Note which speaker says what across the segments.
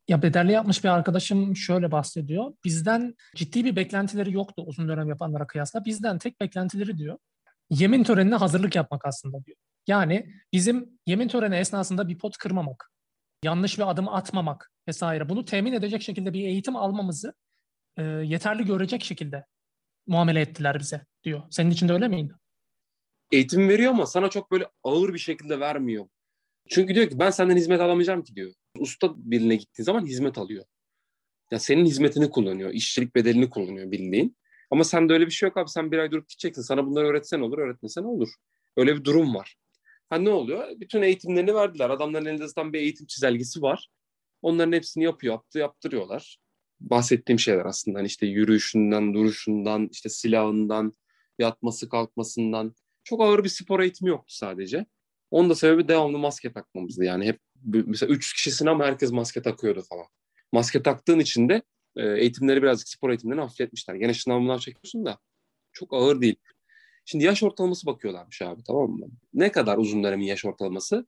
Speaker 1: Ya bedelli yapmış bir arkadaşım şöyle bahsediyor. Bizden ciddi bir beklentileri yoktu uzun dönem yapanlara kıyasla. Bizden tek beklentileri diyor, yemin törenine hazırlık yapmak aslında diyor. Yani bizim yemin töreni esnasında bir pot kırmamak, yanlış bir adım atmamak vesaire. Bunu temin edecek şekilde bir eğitim almamızı yeterli görecek şekilde muamele ettiler bize diyor. Senin için de öyle miydi?
Speaker 2: Eğitim veriyor ama sana çok böyle ağır bir şekilde vermiyor. Çünkü diyor ki ben senden hizmet alamayacağım ki diyor. Usta birine gittiğin zaman hizmet alıyor. Ya senin hizmetini kullanıyor. İşçilik bedelini kullanıyor bildiğin. Ama sende öyle bir şey yok abi. Sen bir ay durup gideceksin. Sana bunları öğretsen olur, öğretmesen olur. Öyle bir durum var. Ha ne oluyor? Bütün eğitimlerini verdiler. Adamların elinde zaten bir eğitim çizelgesi var. Onların hepsini yaptırıyorlar. Bahsettiğim şeyler aslında hani işte yürüyüşünden, duruşundan, işte silahından, yatması, kalkmasından. Çok ağır bir spor eğitimi yoktu sadece. Onun da sebebi devamlı maske takmamızdı. Yani hep mesela 300 kişisin ama herkes maske takıyordu falan. Maske taktığın için de eğitimleri birazcık spor eğitimlerini hafifletmişler. Gene şınavından çekiyorsun da çok ağır değil. Şimdi yaş ortalaması bakıyorlarmış abi, tamam mı? Ne kadar uzun dönemin yaş ortalaması?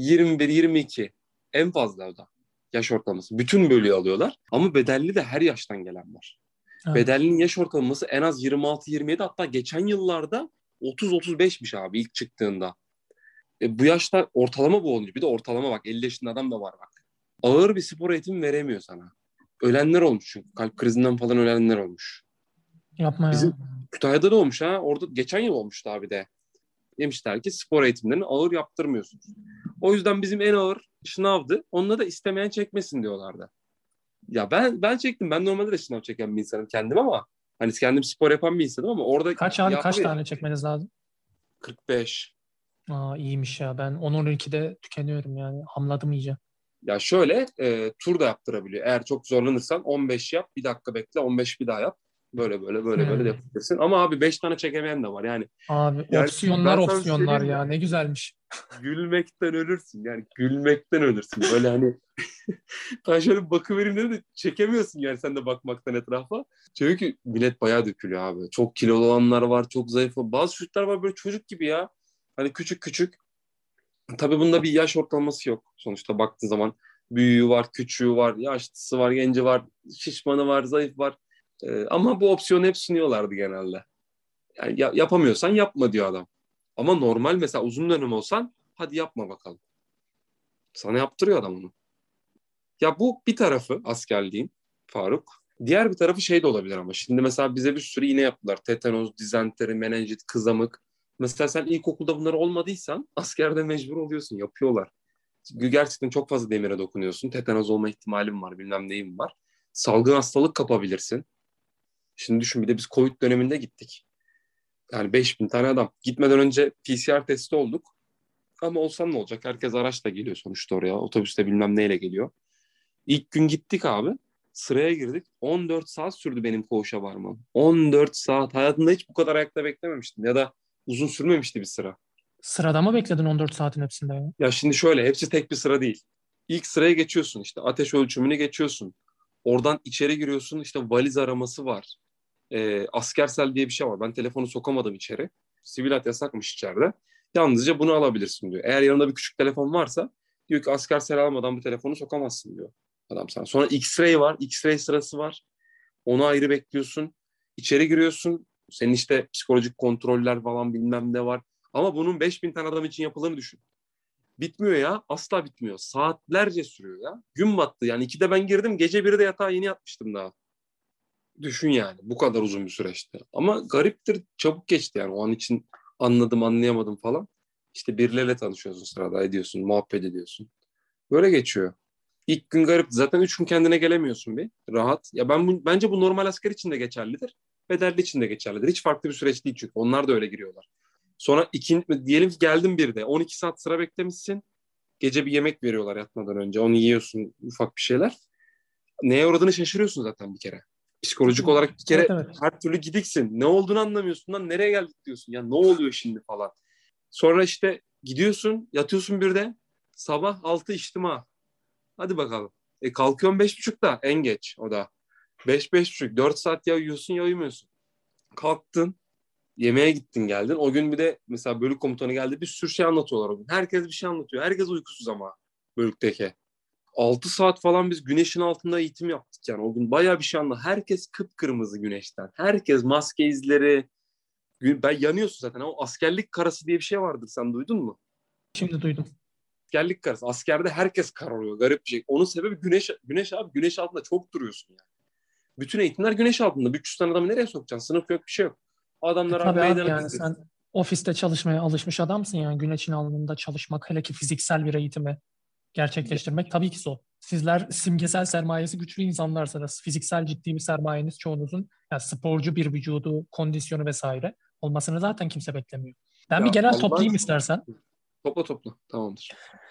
Speaker 2: 21-22 en fazla o da yaş ortalaması. Bütün bölüğü alıyorlar ama bedelli de her yaştan gelen var.
Speaker 1: Evet.
Speaker 2: Bedellinin yaş ortalaması en az 26-27, hatta geçen yıllarda 30-35'miş abi ilk çıktığında. Bu yaşta ortalama bu olmuş. Bir de ortalama bak, 50 yaşında adam da var bak. Ağır bir spor eğitimi veremiyor sana. Ölenler olmuş çünkü. Kalp krizinden falan ölenler olmuş.
Speaker 1: Yapma ya.
Speaker 2: Bizim Kütahya'da da olmuş ha. Orada geçen yıl olmuştu abi de. Demişler ki spor eğitimlerini ağır yaptırmıyorsunuz. O yüzden bizim en ağır şınavdı. Onunla da istemeyen çekmesin diyorlardı. Ya ben çektim. Ben normalde de şınav çeken bir insanım kendim ama hani kendim spor yapan bir insanım ama orada
Speaker 1: Kaç abi,
Speaker 2: ya
Speaker 1: kaç
Speaker 2: abi
Speaker 1: tane çekmeniz lazım?
Speaker 2: 45.
Speaker 1: Aa, iyiymiş ya. Ben 10-12'de tükeniyorum yani. Hamladım iyice.
Speaker 2: Ya şöyle tur da yaptırabiliyor. Eğer çok zorlanırsan 15 yap, bir dakika bekle, 15 bir daha yap. Böyle de
Speaker 1: Hmm.
Speaker 2: yapabilirsin. Ama abi 5 tane çekemeyen de var.
Speaker 1: Abi
Speaker 2: Yani
Speaker 1: opsiyonlar
Speaker 2: ben sana bir şey
Speaker 1: opsiyonlar
Speaker 2: söyleyeyim mi?
Speaker 1: ya. Ne güzelmiş.
Speaker 2: Gülmekten ölürsün. Yani gülmekten ölürsün. Böyle hani ben şöyle bir bakıvereyim dedim de çekemiyorsun yani sen de bakmaktan etrafa. Çünkü millet bayağı dökülüyor abi. Çok kilolu olanlar var, çok zayıf. Bazı çocuklar var böyle çocuk gibi ya. Hani küçük küçük. Tabii bunda bir yaş ortalaması yok. Sonuçta baktığın zaman büyüğü var, küçüğü var, yaşlısı var, genci var, şişmanı var, zayıf var. Ama bu opsiyonu hep sunuyorlardı genelde. Yani yapamıyorsan yapma diyor adam. Ama normal mesela uzun dönem olsan hadi yapma bakalım. Sana yaptırıyor adam onu. Ya bu bir tarafı askerliğin Faruk. Diğer bir tarafı şey de olabilir ama. Şimdi mesela bize bir sürü iğne yaptılar. Tetanoz, dizenteri, menenjit, kızamık. Mesela sen ilkokulda bunları olmadıysan askerde mecbur oluyorsun. Yapıyorlar. Gerçekten çok fazla demire dokunuyorsun. Tetanoz olma ihtimalin var. Bilmem neyin var. Salgın hastalık kapabilirsin. Şimdi düşün, bir de biz Covid döneminde gittik. Yani 5.000 tane adam. Gitmeden önce PCR testi olduk. Ama olsan ne olacak? Herkes araçla geliyor sonuçta oraya. Otobüste bilmem neyle geliyor. İlk gün gittik abi. Sıraya girdik. 14 saat sürdü benim koğuşa varmam. 14 saat. Hayatımda hiç bu kadar ayakta beklememiştim. Ya da uzun sürmemişti bir sıra.
Speaker 1: Sırada mı bekledin 14 saatin hepsinde ya?
Speaker 2: Ya şimdi şöyle, hepsi tek bir sıra değil. İlk sıraya geçiyorsun, işte ateş ölçümünü geçiyorsun. Oradan içeri giriyorsun, işte valiz araması var. Askersel diye bir şey var. Ben telefonu sokamadım içeri. Sivil hayat yasakmış içeride. Yalnızca bunu alabilirsin diyor. Eğer yanında bir küçük telefon varsa diyor ki askersel almadan bu telefonu sokamazsın diyor adam sana. Sonra X-ray var. X-ray sırası var. Onu ayrı bekliyorsun. İçeri giriyorsun. Senin işte psikolojik kontroller falan bilmem ne var. Ama bunun 5.000 tane adam için yapıldığını düşün. Bitmiyor ya. Asla bitmiyor. Saatlerce sürüyor ya. Gün battı. Yani 2'de ben girdim. Gece 1'de yatağa yeni yatmıştım daha. Düşün yani. Bu kadar uzun bir süreçti. Ama gariptir. Çabuk geçti yani. O an için anladım, anlayamadım falan. İşte birileriyle tanışıyorsun sırada. Ediyorsun, muhabbet ediyorsun. Böyle geçiyor. İlk gün garip. Zaten 3 gün kendine gelemiyorsun bir. Rahat. Ya bence bu normal asker için de geçerlidir. Bedelli için de geçerlidir. Hiç farklı bir süreç değil çünkü. Onlar da öyle giriyorlar. Sonra diyelim ki geldin bir de 12 saat sıra beklemişsin. Gece bir yemek veriyorlar yatmadan önce. Onu yiyorsun, ufak bir şeyler. Neye uğradığını şaşırıyorsun zaten bir kere. Psikolojik olarak bir
Speaker 1: Evet,
Speaker 2: kere
Speaker 1: evet.
Speaker 2: her türlü gidiksin. Ne olduğunu anlamıyorsun lan, nereye geldik diyorsun. Ya ne oluyor şimdi falan. Sonra işte gidiyorsun, yatıyorsun bir de. Sabah 6 içtima. Hadi bakalım. Kalkıyorsun 5.30'da, en geç o da. 5-5.30, 4 saat ya uyuyorsun ya uyumuyorsun. Kalktın, yemeğe gittin geldin. O gün bir de mesela bölük komutanı geldi, bir sürü şey anlatıyorlar o gün. Herkes bir şey anlatıyor. Herkes uykusuz ama bölükteki. 6 saat falan biz güneşin altında eğitim yaptık yani. O gün bayağı bir şey anladı. Herkes kıpkırmızı güneşten. Herkes maske izleri. Ben yanıyorsun zaten. O askerlik karası diye bir şey vardır. Sen duydun mu?
Speaker 1: Şimdi duydum.
Speaker 2: Askerlik karası. Askerde herkes kararıyor. Garip bir şey. Onun sebebi güneş. Güneş abi. Güneş altında çok duruyorsun yani. Bütün eğitimler güneş altında. 300 tane adamı nereye sokacaksın? Sınıf yok, bir şey yok. Adamlar abi
Speaker 1: Tabii abi,
Speaker 2: meydana
Speaker 1: yani
Speaker 2: dizdi.
Speaker 1: sen ofiste çalışmaya alışmış adamsın, yani güneşin alnında çalışmak, hele ki fiziksel bir eğitimi gerçekleştirmek tabii ki zor. Sizler simgesel sermayesi güçlü insanlarsınız. Fiziksel ciddi bir sermayeniz çoğunuzun, yani sporcu bir vücudu, kondisyonu vesaire olmasını zaten kimse beklemiyor. Ben bir
Speaker 2: Ya
Speaker 1: genel
Speaker 2: Allah
Speaker 1: toplayayım istersen.
Speaker 2: topla topla. Tamamdır.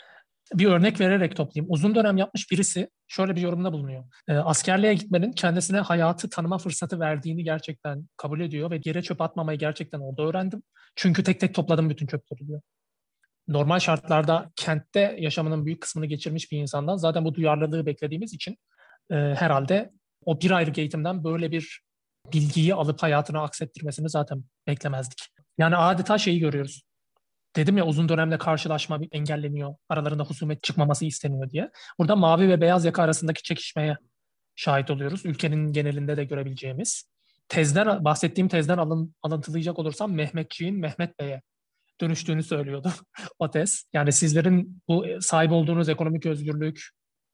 Speaker 1: Bir örnek vererek toplayayım. Uzun dönem yapmış birisi şöyle bir yorumda bulunuyor. Askerliğe gitmenin kendisine hayatı tanıma fırsatı verdiğini gerçekten kabul ediyor ve yere çöp atmamayı gerçekten orada öğrendim. Çünkü tek tek topladım bütün çöpleri diyor. Normal şartlarda kentte yaşamının büyük kısmını geçirmiş bir insandan zaten bu duyarlılığı beklediğimiz için herhalde o bir aylık eğitimden böyle bir bilgiyi alıp hayatına aksettirmesini zaten beklemezdik. Yani adeta şeyi görüyoruz. Dedim ya, uzun dönemde karşılaşma engelleniyor, aralarında husumet çıkmaması isteniyor diye. Burada mavi ve beyaz yaka arasındaki çekişmeye şahit oluyoruz. Ülkenin genelinde de görebileceğimiz. Bahsettiğim tezden alıntılayacak olursam Mehmetçiğin Mehmet Bey'e dönüştüğünü söylüyordu o tez. Yani sizlerin bu sahip olduğunuz ekonomik özgürlük,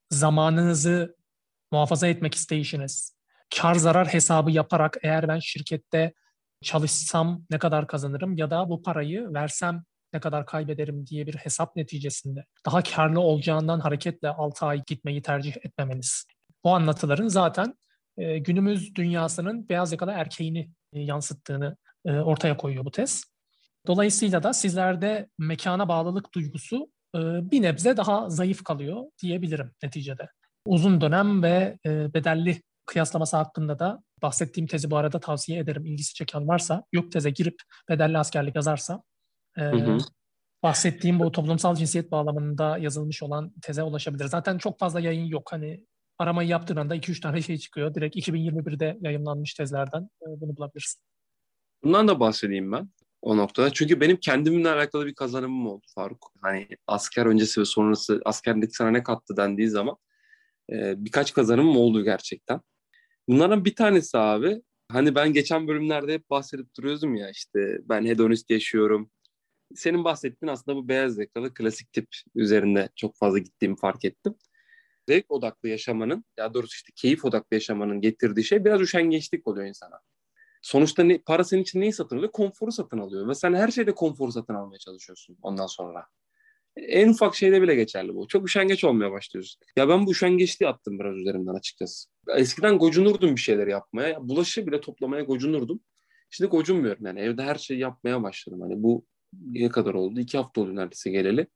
Speaker 1: zamanınızı muhafaza etmek isteyişiniz, kar zarar hesabı yaparak eğer ben şirkette çalışsam ne kadar kazanırım ya da bu parayı versem ne kadar kaybederim diye bir hesap neticesinde daha karlı olacağından hareketle 6 ay gitmeyi tercih etmemeniz. Bu anlatıların zaten günümüz dünyasının beyaz yakalı erkeğini yansıttığını ortaya koyuyor bu tez. Dolayısıyla da sizlerde mekana bağlılık duygusu bir nebze daha zayıf kalıyor diyebilirim neticede. Uzun dönem ve bedelli kıyaslaması hakkında da bahsettiğim tezi bu arada tavsiye ederim. İlgisi çeken varsa, yok teze girip bedelli askerlik yazarsa
Speaker 2: Hı hı.
Speaker 1: bahsettiğim bu toplumsal cinsiyet bağlamında yazılmış olan teze ulaşabilir. Zaten çok fazla yayın yok. Hani aramayı yaptığın anda 2-3 tane şey çıkıyor. Direkt 2021'de yayınlanmış tezlerden bunu bulabilirsin.
Speaker 2: Bundan da bahsedeyim ben o noktada. Çünkü benim kendimle alakalı bir kazanımım oldu Faruk. Hani asker öncesi ve sonrası askerlik sana ne kattı dendiği zaman birkaç kazanımım oldu gerçekten. Bunlardan bir tanesi abi, hani ben geçen bölümlerde hep bahsedip duruyordum ya, işte ben hedonist yaşıyorum. Senin bahsettiğin aslında bu beyaz yakalı klasik tip üzerinde çok fazla gittiğimi fark ettim. Zevk odaklı yaşamanın, ya doğrusu işte keyif odaklı yaşamanın getirdiği şey biraz üşengeçlik oluyor insana. Sonuçta para senin için neyi satın alıyor? Konforu satın alıyor. Ve sen her şeyde konforu satın almaya çalışıyorsun ondan sonra. En ufak şeyde bile geçerli bu. Çok üşengeç olmaya başlıyorsun. Ya ben bu üşengeçliği attım biraz üzerimden açıkçası. Eskiden gocunurdum bir şeyler yapmaya. Ya bulaşığı bile toplamaya gocunurdum. Şimdi gocunmuyorum yani. Evde her şeyi yapmaya başladım. Hani bu ne kadar oldu? 2 hafta oldu neredeyse geleli.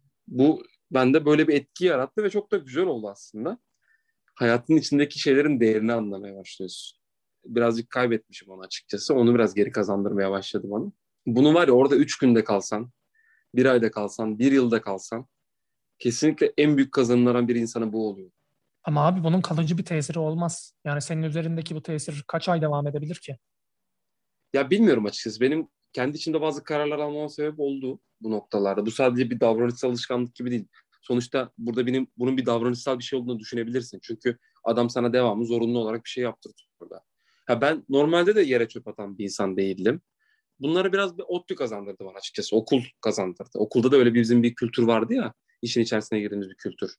Speaker 2: Bu bende böyle bir etki yarattı ve çok da güzel oldu aslında. Hayatın içindeki şeylerin değerini anlamaya başlıyorsun. Birazcık kaybetmişim onu açıkçası. Onu biraz geri kazandırmaya başladı bana. Bunu var ya, orada 3 günde kalsan, bir ayda kalsan, bir yılda kalsan kesinlikle en büyük kazanımlardan bir insana bu oluyor.
Speaker 1: Ama abi bunun kalıcı bir tesiri olmaz. Yani senin üzerindeki bu tesir kaç ay devam edebilir ki?
Speaker 2: Ya bilmiyorum açıkçası. Benim kendi içimde bazı kararlar almama sebep oldu bu noktalarda. Bu sadece bir davranışsal alışkanlık gibi değil. Sonuçta burada bunun bir davranışsal bir şey olduğunu düşünebilirsin. Çünkü adam sana devamlı zorunlu olarak bir şey yaptırtıyor burada. Ha, ben normalde de yere çöp atan bir insan değildim. Bunları biraz bir ODTÜ kazandırdı bana açıkçası. Okul kazandırdı. Okulda da öyle bizim bir kültür vardı ya. İşin içerisine girdiğimiz bir kültür.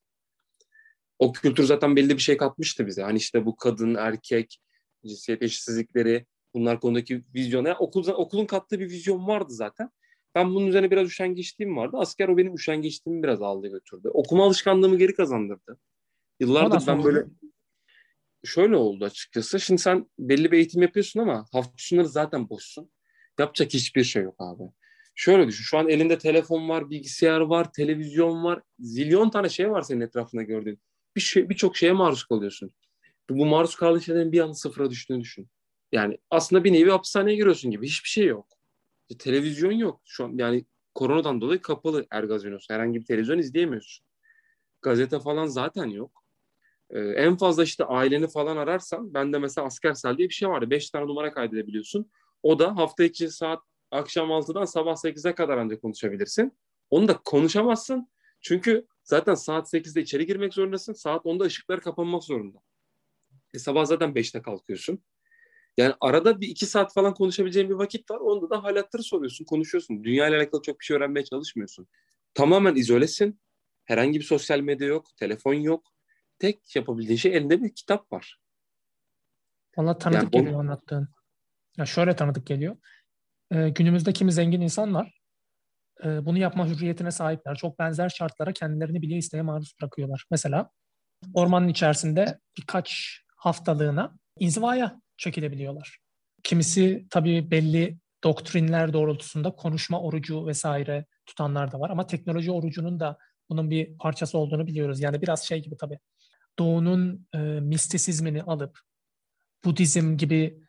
Speaker 2: O kültür zaten belli bir şey katmıştı bize. Hani işte bu kadın, erkek, cinsiyet eşitsizlikleri, bunlar konudaki vizyon. Yani okulun kattığı bir vizyon vardı zaten. Ben bunun üzerine biraz üşengeçliğim vardı. Asker o benim üşengeçliğimi biraz aldı götürdü. Okuma alışkanlığımı geri kazandırdı.
Speaker 1: O
Speaker 2: Yıllardır
Speaker 1: nasıl
Speaker 2: ben böyle
Speaker 1: oldu?
Speaker 2: şöyle oldu açıkçası. Şimdi sen belli bir eğitim yapıyorsun ama hafta sonları zaten boşsun. Yapacak hiçbir şey yok abi. Şöyle düşün. Şu an elinde telefon var, bilgisayar var, televizyon var. Zilyon tane şey var senin etrafında gördüğün. Birçok şeye maruz kalıyorsun. Bu maruz kaldığın şeylerin bir anda sıfıra düştüğünü düşün. Yani aslında bir nevi hapishaneye giriyorsun gibi. Hiçbir şey yok. Televizyon yok. Şu an yani koronadan dolayı kapalı Ergazinosu. Herhangi bir televizyon izleyemiyorsun. Gazete falan zaten yok. En fazla işte aileni falan ararsan, bende mesela Askersel diye bir şey vardı. 5 tane numara kaydedebiliyorsun. O da hafta içi saat akşam 6'dan sabah 8'e kadar ancak konuşabilirsin. Onu da konuşamazsın. Çünkü Zaten saat 8'de içeri girmek zorundasın. Saat 10'da ışıklar kapanmak zorunda. Sabah zaten 5'te kalkıyorsun. Yani arada bir 2 saat falan konuşabileceğin bir vakit var. Onda da hal hatırı soruyorsun, konuşuyorsun. Dünya ile alakalı çok bir şey öğrenmeye çalışmıyorsun. Tamamen izolesin. Herhangi bir sosyal medya yok, telefon yok. Tek yapabildiğin şey elinde bir kitap var.
Speaker 1: Valla
Speaker 2: Yani
Speaker 1: tanıdık geliyor anlattığın. Ya şöyle tanıdık geliyor. Günümüzde kimi zengin insan var. Bunu yapma hürriyetine sahipler. Çok benzer şartlara kendilerini bile isteye maruz bırakıyorlar. Mesela ormanın içerisinde birkaç haftalığına inzivaya çekilebiliyorlar. Kimisi tabii belli doktrinler doğrultusunda konuşma orucu vesaire tutanlar da var. Ama teknoloji orucunun da bunun bir parçası olduğunu biliyoruz. Yani biraz şey gibi tabii. Doğu'nun mistisizmini alıp Budizm gibi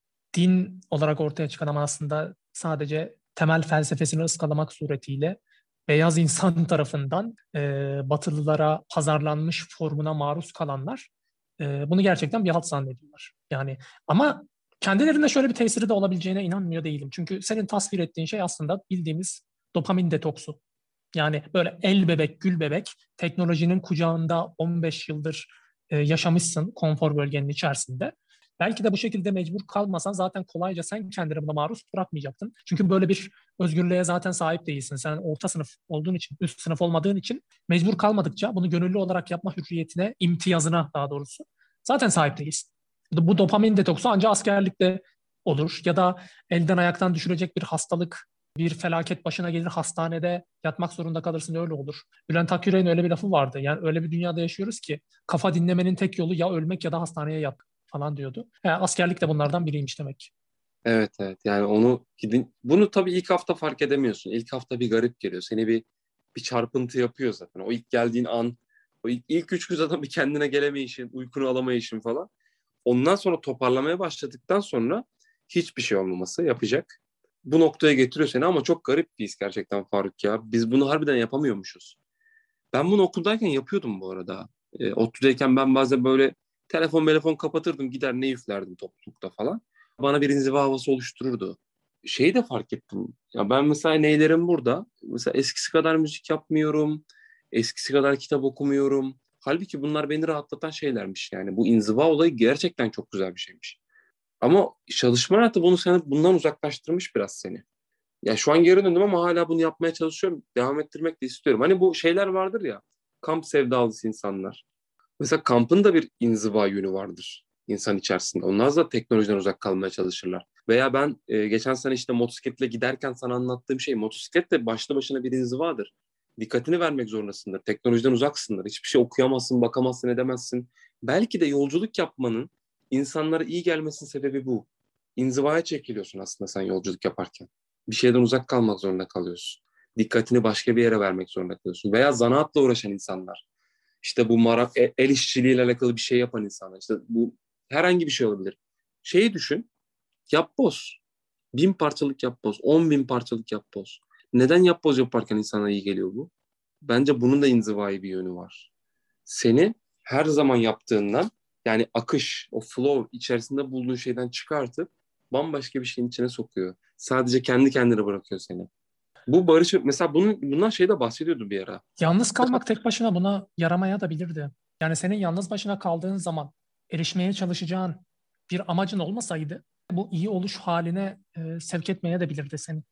Speaker 1: din olarak ortaya çıkan ama aslında sadece temel felsefesini ıskalamak suretiyle beyaz insan tarafından Batılılara pazarlanmış formuna maruz kalanlar bunu gerçekten bir halt zannediyorlar. Yani ama kendilerinde şöyle bir tesiri de olabileceğine inanmıyor değilim. Çünkü senin tasvir ettiğin şey aslında bildiğimiz dopamin detoksu. Yani böyle el bebek, gül bebek, teknolojinin kucağında 15 yıldır yaşamışsın konfor bölgenin içerisinde. Belki de bu şekilde mecbur kalmasan zaten kolayca sen kendini buna maruz bırakmayacaktın. Çünkü böyle bir özgürlüğe zaten sahip değilsin. Sen orta sınıf olduğun için, üst sınıf olmadığın için mecbur kalmadıkça bunu gönüllü olarak yapma hürriyetine, imtiyazına daha doğrusu zaten sahip değilsin. Bu dopamin detoksu ancak askerlikte olur ya da elden ayaktan düşürecek bir hastalık, bir felaket başına gelir hastanede yatmak zorunda kalırsın öyle olur. Bülent Akgürel'in öyle bir lafı vardı. Yani öyle bir dünyada yaşıyoruz ki kafa dinlemenin tek yolu ya ölmek ya da hastaneye yatmak falan diyordu. Askerlik de bunlardan biriymiş demek.
Speaker 2: evet, evet, yani onu gidin, bunu tabii ilk hafta fark edemiyorsun. İlk hafta bir garip geliyor. Seni bir çarpıntı yapıyor zaten. O ilk geldiğin an, o ilk 3 gün zaten bir kendine gelemeyişin, uykunu alamayışın falan. Ondan sonra toparlamaya başladıktan sonra hiçbir şey olmaması yapacak. Bu noktaya getiriyor seni ama çok garip bir his gerçekten Faruk ya. Biz bunu harbiden yapamıyormuşuz. Ben bunu okuldayken yapıyordum bu arada. ODTÜ'deyken ben bazen böyle telefon kapatırdım, gider ne üflerdim toplulukta falan. Bana bir inziva havası oluştururdu. Şeyi de fark ettim. Ya ben mesela neylerim burada? Mesela eskisi kadar müzik yapmıyorum. Eskisi kadar kitap okumuyorum. Halbuki bunlar beni rahatlatan şeylermiş yani. Bu inziva olayı gerçekten çok güzel bir şeymiş. Ama çalışma hayatı bundan uzaklaştırmış biraz seni. Ya şu an geri döndüm ama hala bunu yapmaya çalışıyorum. Devam ettirmek de istiyorum. Hani bu şeyler vardır ya. Kamp sevdalısı insanlar. Mesela kampın da bir inziva yönü vardır insan içerisinde. Onlar da teknolojiden uzak kalmaya çalışırlar. Veya ben geçen sene işte motosikletle giderken sana anlattığım şey, motosiklet de başlı başına bir inzivadır. Dikkatini vermek zorundasındır. Teknolojiden uzaksındır. Hiçbir şey okuyamazsın, bakamazsın, edemezsin. Belki de yolculuk yapmanın insanlara iyi gelmesinin sebebi bu. İnzivaya çekiliyorsun aslında sen yolculuk yaparken. Bir şeyden uzak kalmak zorunda kalıyorsun. Dikkatini başka bir yere vermek zorunda kalıyorsun. Veya zanaatla uğraşan insanlar. İşte bu el işçiliğiyle alakalı bir şey yapan insanlar. İşte bu herhangi bir şey olabilir. Şeyi düşün. Yapboz. 1.000 parçalık yapboz. 10.000 parçalık yapboz. Neden yapboz yaparken insana iyi geliyor bu? Bence bunun da inzivai bir yönü var. Seni her zaman yaptığından, yani akış, o flow içerisinde bulduğun şeyden çıkartıp bambaşka bir şeyin içine sokuyor. Sadece kendi kendine bırakıyor seni. Bu barış mesela bundan şeyde bahsediyordu bir ara.
Speaker 1: Yalnız kalmak tek başına buna yaramaya da bilirdi. Yani senin yalnız başına kaldığın zaman erişmeye çalışacağın bir amacın olmasaydı bu iyi oluş haline sevk etmeye de bilirdi seni.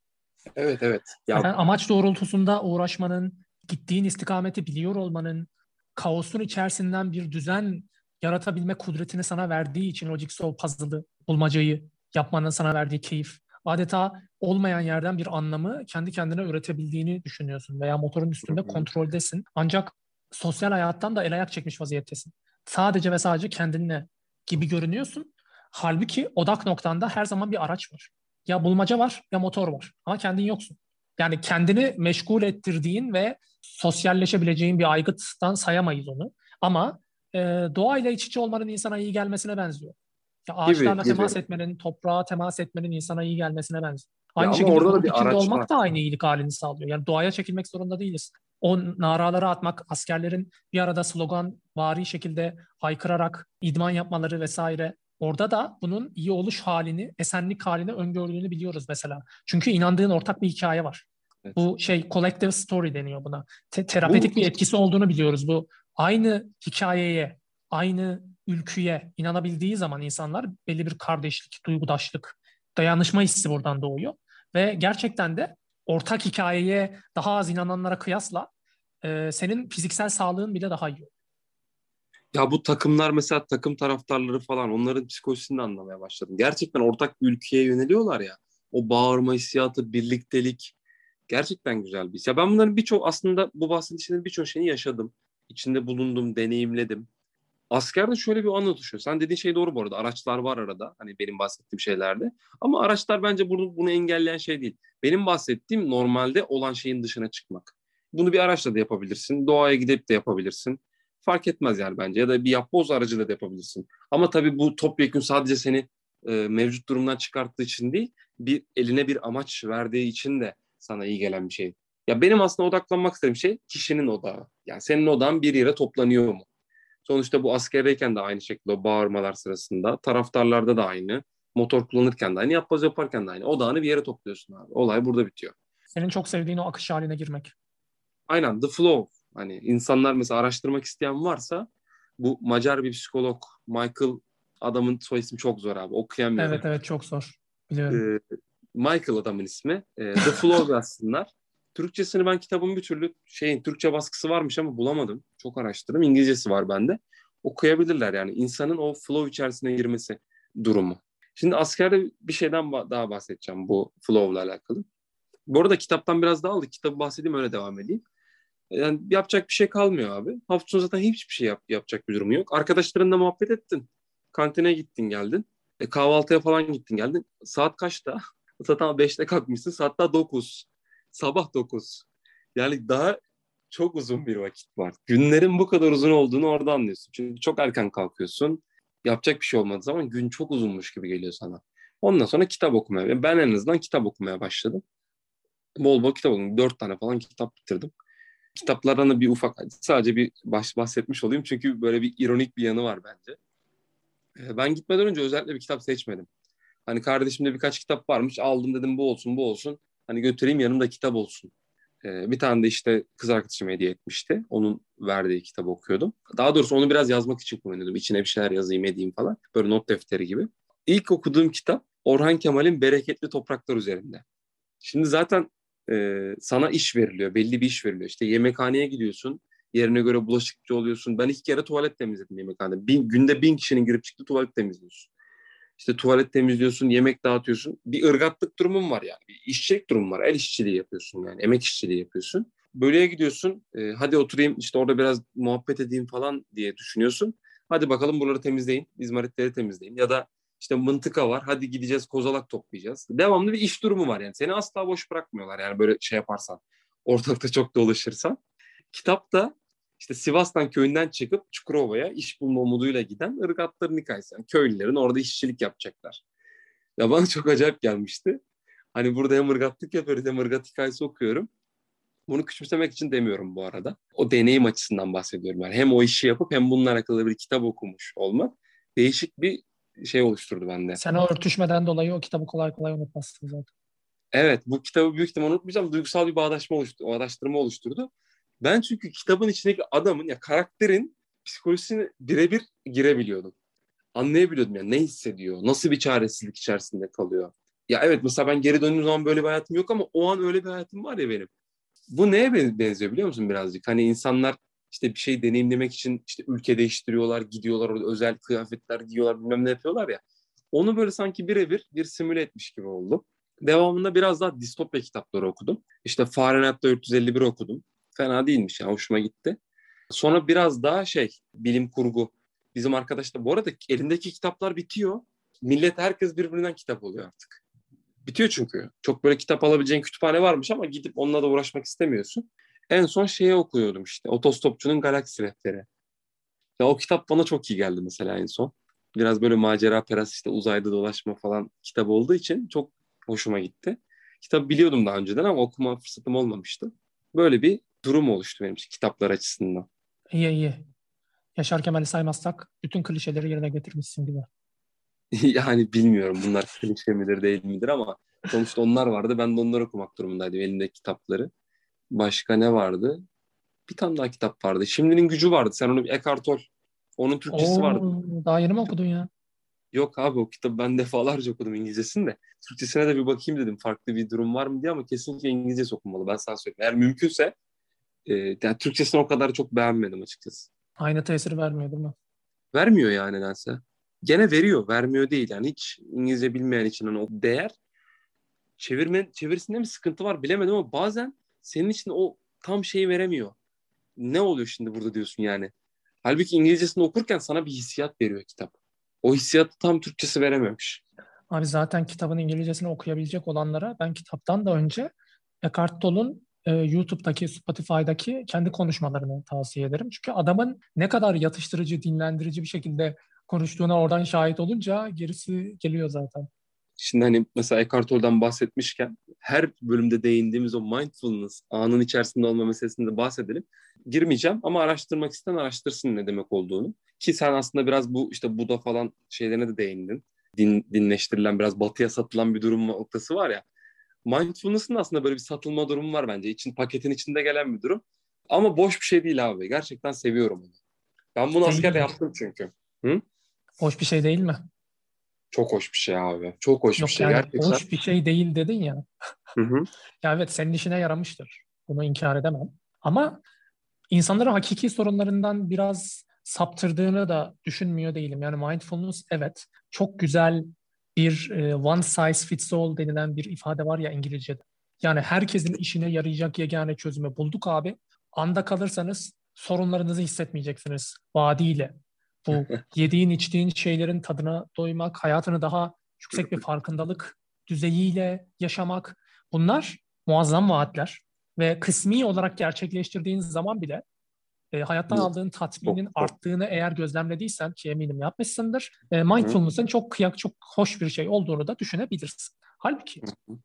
Speaker 2: Evet, evet.
Speaker 1: Yani
Speaker 2: Ya
Speaker 1: sen amaç doğrultusunda uğraşmanın, gittiğin istikameti biliyor olmanın, kaosun içerisinden bir düzen yaratabilme kudretini sana verdiği için o jigsaw puzzle'ı, bulmacayı yapmanın sana verdiği keyif. Adeta olmayan yerden bir anlamı kendi kendine üretebildiğini düşünüyorsun veya motorun üstünde kontroldesin. Ancak sosyal hayattan da el ayak çekmiş vaziyettesin. Sadece ve sadece kendinle gibi görünüyorsun. Halbuki odak noktanda her zaman bir araç var. Ya bulmaca var ya motor var ama kendin yoksun. Yani kendini meşgul ettirdiğin ve sosyalleşebileceğin bir aygıttan sayamayız onu. Ama doğayla iç içe olmanın insana iyi gelmesine benziyor. Ya
Speaker 2: gibi
Speaker 1: ağaçlarla
Speaker 2: gibi.
Speaker 1: temas etmenin, toprağa temas etmenin insana iyi gelmesine benziyor.
Speaker 2: Ya
Speaker 1: Aynı
Speaker 2: ama
Speaker 1: şekilde
Speaker 2: orada da
Speaker 1: grup
Speaker 2: bir
Speaker 1: içinde
Speaker 2: araç var.
Speaker 1: olmak da aynı iyilik halini sağlıyor. Yani doğaya çekilmek zorunda değiliz. O naraları atmak, askerlerin bir arada slogan vari şekilde haykırarak idman yapmaları vesaire. Orada da bunun iyi oluş halini, esenlik halini öngördüğünü biliyoruz mesela. Çünkü inandığın ortak bir hikaye var.
Speaker 2: Evet.
Speaker 1: Bu collective story deniyor buna.
Speaker 2: Bu
Speaker 1: Terapötik bir etkisi olduğunu biliyoruz. Bu aynı hikayeye, aynı ülküye inanabildiği zaman insanlar belli bir kardeşlik, duygudaşlık, dayanışma hissi buradan doğuyor. Ve gerçekten de ortak hikayeye daha az inananlara kıyasla senin fiziksel sağlığın bile daha iyi.
Speaker 2: Ya bu takımlar mesela takım taraftarları falan onların psikolojisini de anlamaya başladım. Gerçekten ortak bir ülkeye yöneliyorlar ya. O bağırma hissiyatı, birliktelik gerçekten güzel bir his. Ya ben bunların birçok aslında bu bahsettiğim birçok şeyi yaşadım. İçinde bulundum, deneyimledim. Askerde şöyle bir anı oluşuyor. Sen dediğin şey doğru bu arada. Araçlar var arada. Hani benim bahsettiğim şeylerde. Ama araçlar bence bunu engelleyen şey değil. Benim bahsettiğim normalde olan şeyin dışına çıkmak. Bunu bir araçla da yapabilirsin. Doğaya gidip de yapabilirsin. Fark etmez yani bence. Ya da bir yapboz aracıyla da yapabilirsin. Ama tabii bu topyekun sadece seni mevcut durumdan çıkarttığı için değil, bir eline bir amaç verdiği için de sana iyi gelen bir şey. Ya benim aslında odaklanmak istediğim şey kişinin odağı. Yani senin odağın bir yere toplanıyor mu? Sonuçta bu askerdeyken de aynı şekilde o bağırmalar sırasında, taraftarlarda da aynı, motor kullanırken de aynı, yapboz yaparken de aynı. Odağını bir yere topluyorsun abi. Olay burada bitiyor.
Speaker 1: Senin çok sevdiğin o akış haline girmek.
Speaker 2: Aynen the flow. Hani insanlar mesela araştırmak isteyen varsa bu Macar bir psikolog Michael adamın soy ismi çok zor abi. Okuyamıyorum.
Speaker 1: Evet, evet, çok zor. Biliyorum.
Speaker 2: Ee, Michael adamın ismi. The Flow yazsınlar. Türkçesini ben kitabın bir türlü Türkçe baskısı varmış ama bulamadım. Çok araştırdım. İngilizcesi var bende. Okuyabilirler yani. İnsanın o flow içerisine girmesi durumu. Şimdi askerde bir şeyden daha bahsedeceğim bu flow'la alakalı. Bu arada kitaptan biraz daha aldık. Kitabı bahsedeyim öyle devam edeyim. Yani yapacak bir şey kalmıyor abi. Hafta sonu zaten hiçbir şey yapacak bir durumu yok. Arkadaşlarınla muhabbet ettin. Kantine gittin geldin. Kahvaltıya falan gittin geldin. Saat kaçta? Zaten 5'te kalkmışsın. Saat daha 9. Sabah 9. Yani daha çok uzun bir vakit var. Günlerin bu kadar uzun olduğunu orada anlıyorsun. Çünkü çok erken kalkıyorsun. Yapacak bir şey olmadığı zaman gün çok uzunmuş gibi geliyor sana. Ondan sonra kitap okumaya. Ben en azından kitap okumaya başladım. Bol bol kitap okudum. 4 tane falan kitap bitirdim. Kitaplardan da bir ufak sadece bir bahsetmiş olayım. Çünkü böyle bir ironik bir yanı var bence. Ben gitmeden önce özellikle bir kitap seçmedim. Hani kardeşimde birkaç kitap varmış. Aldım dedim bu olsun bu olsun. Hani götüreyim yanımda kitap olsun. Bir tane de işte kız arkadaşım hediye etmişti. Onun verdiği kitabı okuyordum. Daha doğrusu onu biraz yazmak için kullanıyordum. İçine bir şeyler yazayım edeyim falan. Böyle not defteri gibi. İlk okuduğum kitap Orhan Kemal'in Bereketli Topraklar üzerinde. Şimdi zaten sana iş veriliyor. Belli bir iş veriliyor. İşte yemekhaneye gidiyorsun. Yerine göre bulaşıkçı oluyorsun. Ben 2 kere tuvalet temizledim yemekhanede. Günde 1.000 kişinin girip çıktığı tuvalet temizliyorsun. İşte tuvalet temizliyorsun, yemek dağıtıyorsun. Bir ırgatlık durumun var yani. Bir işçilik durumun var. El işçiliği yapıyorsun yani. Emek işçiliği yapıyorsun. Bölüye gidiyorsun. Hadi oturayım işte orada biraz muhabbet edeyim falan diye düşünüyorsun. Hadi bakalım buraları temizleyin. İzmaritleri temizleyin. Ya da işte mıntıka var. Hadi gideceğiz kozalak toplayacağız. Devamlı bir iş durumu var yani. Seni asla boş bırakmıyorlar yani böyle şey yaparsan. Ortalıkta çok dolaşırsan. Kitapta işte Sivas'tan köyünden çıkıp Çukurova'ya iş bulma umuduyla giden ırgatların hikayesi. Yani köylülerin orada işçilik yapacaklar. Ya bana çok acayip gelmişti. Hani burada hem ırgatlık yapıyoruz hem ırgat hikayesi okuyorum. Bunu küçümsemek için demiyorum bu arada. O deneyim açısından bahsediyorum. Yani hem o işi yapıp hem bununla alakalı bir kitap okumuş olmak değişik bir şey oluşturdu bende.
Speaker 1: Sen o örtüşmeden dolayı o kitabı kolay kolay unutmazsın zaten.
Speaker 2: Evet, bu kitabı büyük ihtimalle unutmayacağım. Duygusal bir bağdaştırma oluşturdu. Ben çünkü kitabın içindeki adamın ya karakterin psikolojisine birebir girebiliyordum. Anlayabiliyordum yani ne hissediyor, nasıl bir çaresizlik içerisinde kalıyor. Ya evet mesela ben geri döndüğüm zaman böyle bir hayatım yok ama o an öyle bir hayatım var ya benim. Bu neye benziyor biliyor musun birazcık? Hani insanlar işte bir şey deneyimlemek için işte ülke değiştiriyorlar, gidiyorlar orada özel kıyafetler giyiyorlar, bilmem ne yapıyorlar ya. Onu böyle sanki birebir bir simüle etmiş gibi oldu. Devamında biraz daha distopya kitapları okudum. İşte Fahrenheit 451 okudum. Fena değilmiş ya, hoşuma gitti. Sonra biraz daha bilim kurgu. Bizim arkadaş da bu arada elindeki kitaplar bitiyor. Millet herkes birbirinden kitap oluyor artık. Bitiyor çünkü. Çok böyle kitap alabileceğin kütüphane varmış ama gidip onunla da uğraşmak istemiyorsun. En son okuyordum işte. Otostopçunun Galaksi Rehberi. Ya o kitap bana çok iyi geldi mesela en son. Biraz böyle macera peras işte uzayda dolaşma falan kitap olduğu için çok hoşuma gitti. Kitabı biliyordum daha önceden ama okuma fırsatım olmamıştı. Böyle bir durum oluştu benim için kitaplar açısından.
Speaker 1: İyi, iyi. Yaşar Kemal'i saymazsak bütün klişeleri yerine getirmişsin gibi.
Speaker 2: Yani bilmiyorum bunlar klişe midir değil midir ama Sonuçta onlar vardı. Ben de onları okumak durumundaydım, elimdeki kitapları. Başka ne vardı? Bir tane daha kitap vardı. Şimdinin Gücü vardı. Sen onu, Eckhart Tolle. Onun Türkçesi vardı.
Speaker 1: Oo, daha yeni mi okudun ya?
Speaker 2: Yok abi, o kitabı ben defalarca okudum, İngilizcesini de. Türkçesine de bir bakayım dedim. Farklı bir durum var mı diye, ama kesinlikle İngilizcesi okunmalı. Ben sana söyleyeyim. Eğer mümkünse yani Türkçesini o kadar çok beğenmedim açıkçası.
Speaker 1: Aynı tesiri vermiyor değil mi?
Speaker 2: Vermiyor yani nedense. Gene veriyor. Vermiyor değil. Yani hiç İngilizce bilmeyen için hani o değer, çevirisinde mi sıkıntı var bilemedim, ama bazen senin için o tam şeyi veremiyor. Ne oluyor şimdi burada diyorsun yani. Halbuki İngilizcesini okurken sana bir hissiyat veriyor kitap. O hissiyatı tam Türkçesi verememiş.
Speaker 1: Abi zaten kitabın İngilizcesini okuyabilecek olanlara ben kitaptan da önce Eckhart Tolle'un YouTube'daki, Spotify'daki kendi konuşmalarını tavsiye ederim. Çünkü adamın ne kadar yatıştırıcı, dinlendirici bir şekilde konuştuğuna oradan şahit olunca gerisi geliyor zaten.
Speaker 2: Şimdi hani mesela Eckhart Tolle'dan bahsetmişken, her bölümde değindiğimiz o mindfulness, anın içerisinde olma meselesinde bahsedelim. Girmeyeceğim ama araştırmak isteyen araştırsın ne demek olduğunu. Ki sen aslında biraz bu işte Buda falan şeylerine de değindin. Dinleştirilen, biraz batıya satılan bir durum noktası var ya. Mindfulness'ın aslında böyle bir satılma durumu var bence. Paketin içinde gelen bir durum. Ama boş bir şey değil abi. Gerçekten seviyorum onu. Ben bunu
Speaker 1: Değil
Speaker 2: askerde
Speaker 1: mi?
Speaker 2: yaptım çünkü. Hı?
Speaker 1: Hoş bir şey değil mi?
Speaker 2: Çok hoş bir şey abi. Çok hoş bir
Speaker 1: Yok
Speaker 2: şey
Speaker 1: yani
Speaker 2: gerçekten.
Speaker 1: hoş bir şey değil dedin ya.
Speaker 2: Hı hı.
Speaker 1: Ya evet senin işine yaramıştır. Bunu inkar edemem. Ama insanları hakiki sorunlarından biraz saptırdığını da düşünmüyor değilim. Yani mindfulness evet çok güzel bir one size fits all denilen bir ifade var ya İngilizce'de. Yani herkesin işine yarayacak yegane çözümü bulduk abi. Anda kalırsanız sorunlarınızı hissetmeyeceksiniz vaadiyle. Bu yediğin içtiğin şeylerin tadına doymak, hayatını daha yüksek bir farkındalık düzeyiyle yaşamak. Bunlar muazzam vaatler ve kısmi olarak gerçekleştirdiğin zaman bile hayattan aldığın
Speaker 2: Çok
Speaker 1: tatminin
Speaker 2: çok.
Speaker 1: arttığını eğer gözlemlediysen ki eminim yapmışsındır,
Speaker 2: Hı
Speaker 1: mindfulness'ın çok kıyak, çok hoş bir şey olduğunu da düşünebilirsin. Halbuki
Speaker 2: hı.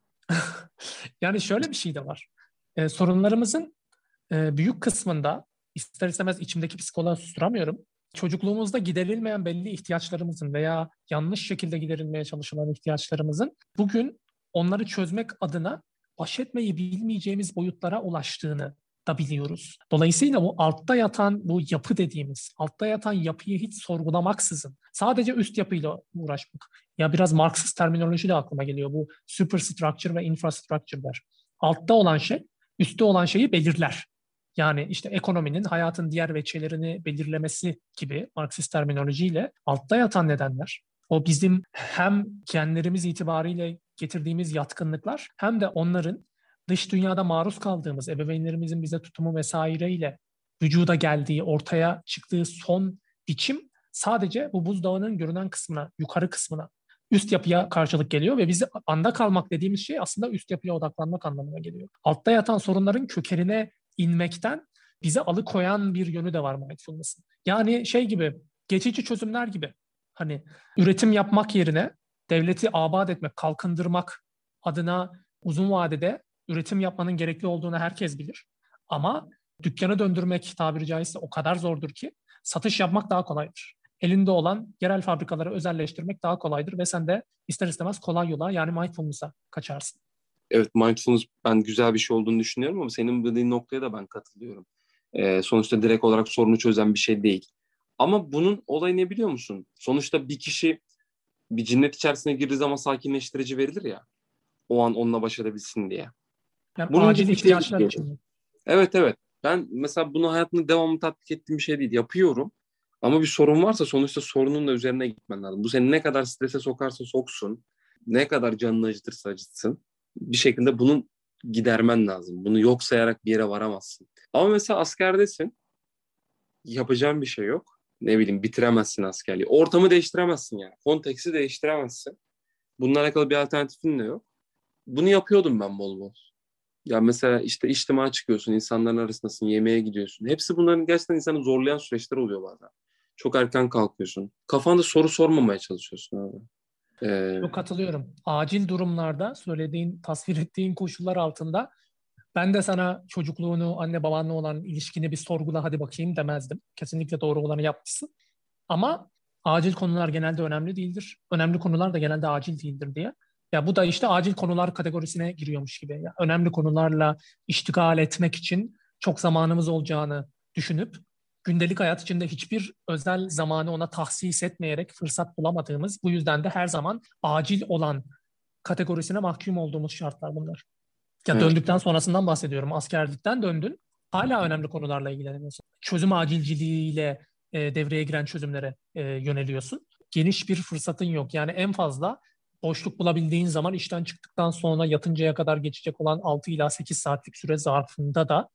Speaker 1: yani şöyle bir şey de var. Sorunlarımızın büyük kısmında ister istemez içimdeki psikoloğa susturamıyorum. Çocukluğumuzda giderilmeyen belli ihtiyaçlarımızın veya yanlış şekilde giderilmeye çalışılan ihtiyaçlarımızın bugün onları çözmek adına baş etmeyi bilmeyeceğimiz boyutlara ulaştığını da biliyoruz. Dolayısıyla bu altta yatan bu yapı dediğimiz, altta yatan yapıyı hiç sorgulamaksızın sadece üst yapıyla uğraşmak. Ya biraz Marksist terminoloji de aklıma geliyor. Bu superstructure ve infrastructure der. Altta olan şey üstte olan şeyi belirler. Yani işte ekonominin hayatın diğer veçelerini belirlemesi gibi Marksist terminolojiyle altta yatan nedenler. O bizim hem genlerimiz itibariyle getirdiğimiz yatkınlıklar hem de onların dış dünyada maruz kaldığımız ebeveynlerimizin bize tutumu vesaireyle vücuda geldiği, ortaya çıktığı son biçim sadece bu buzdağının görünen kısmına, yukarı kısmına, üst yapıya karşılık geliyor ve bizi anda kalmak dediğimiz şey aslında üst yapıya odaklanmak anlamına geliyor. Altta yatan sorunların kökenine inmekten bizi alıkoyan bir yönü de var mindfulness'ın. Yani şey gibi, geçici çözümler gibi. Hani üretim yapmak yerine devleti abat etmek, kalkındırmak adına uzun vadede üretim yapmanın gerekli olduğunu herkes bilir. Ama dükkanı döndürmek tabiri caizse o kadar zordur ki satış yapmak daha kolaydır. Elinde olan yerel fabrikaları özelleştirmek daha kolaydır ve sen de ister istemez kolay yola yani mindfulness'a kaçarsın.
Speaker 2: Evet, mindfulness ben güzel bir şey olduğunu düşünüyorum, ama senin dediğin noktaya da ben katılıyorum. Sonuçta direkt olarak sorunu çözen bir şey değil. Ama bunun olayı ne biliyor musun? Sonuçta bir kişi bir cinnet içerisine girdiği zaman sakinleştirici verilir ya. O an onunla baş edebilsin diye.
Speaker 1: Yani
Speaker 2: Bunun
Speaker 1: acil
Speaker 2: gibi bir şey
Speaker 1: ihtiyaçlar
Speaker 2: gibi.
Speaker 1: için mi?
Speaker 2: Evet, evet. Ben mesela bunu hayatımda devamlı tatbik ettiğim bir şey değil. Yapıyorum. Ama bir sorun varsa sonuçta sorunun da üzerine gitmen lazım. Bu seni ne kadar strese sokarsa soksun, ne kadar canını acıtırsa acıtsın, bir şekilde bunun gidermen lazım. Bunu yok sayarak bir yere varamazsın. Ama mesela askerdesin, yapacağın bir şey yok. Ne bileyim, bitiremezsin askerliği. Ortamı değiştiremezsin yani. Konteksi değiştiremezsin. Bununla alakalı bir alternatifin de yok. Bunu yapıyordum ben bol bol. Ya mesela işte içtimaya çıkıyorsun, insanların arasındasın, yemeğe gidiyorsun. Hepsi bunların gerçekten insanı zorlayan süreçler oluyor bazen. Çok erken kalkıyorsun. Kafanda soru sormamaya çalışıyorsun abi.
Speaker 1: Çok katılıyorum. Acil durumlarda söylediğin, tasvir ettiğin koşullar altında ben de sana çocukluğunu, anne babanla olan ilişkini bir sorgula hadi bakayım demezdim. Kesinlikle doğru olanı yapmışsın. Ama acil konular genelde önemli değildir. Önemli konular da genelde acil değildir diye. Ya bu da işte acil konular kategorisine giriyormuş gibi. Ya önemli konularla iştigal etmek için çok zamanımız olacağını düşünüp gündelik hayat içinde hiçbir özel zamanı ona tahsis etmeyerek fırsat bulamadığımız, bu yüzden de her zaman acil olan kategorisine mahkum olduğumuz şartlar bunlar. Ya
Speaker 2: Evet.
Speaker 1: döndükten sonrasından bahsediyorum. Askerlikten döndün. Hala önemli konularla ilgileniyorsun. Çözüm acilciliğiyle devreye giren çözümlere yöneliyorsun. Geniş bir fırsatın yok. Yani en fazla boşluk bulabildiğin zaman işten çıktıktan sonra yatıncaya kadar geçecek olan 6 ila 8 saatlik süre zarfında da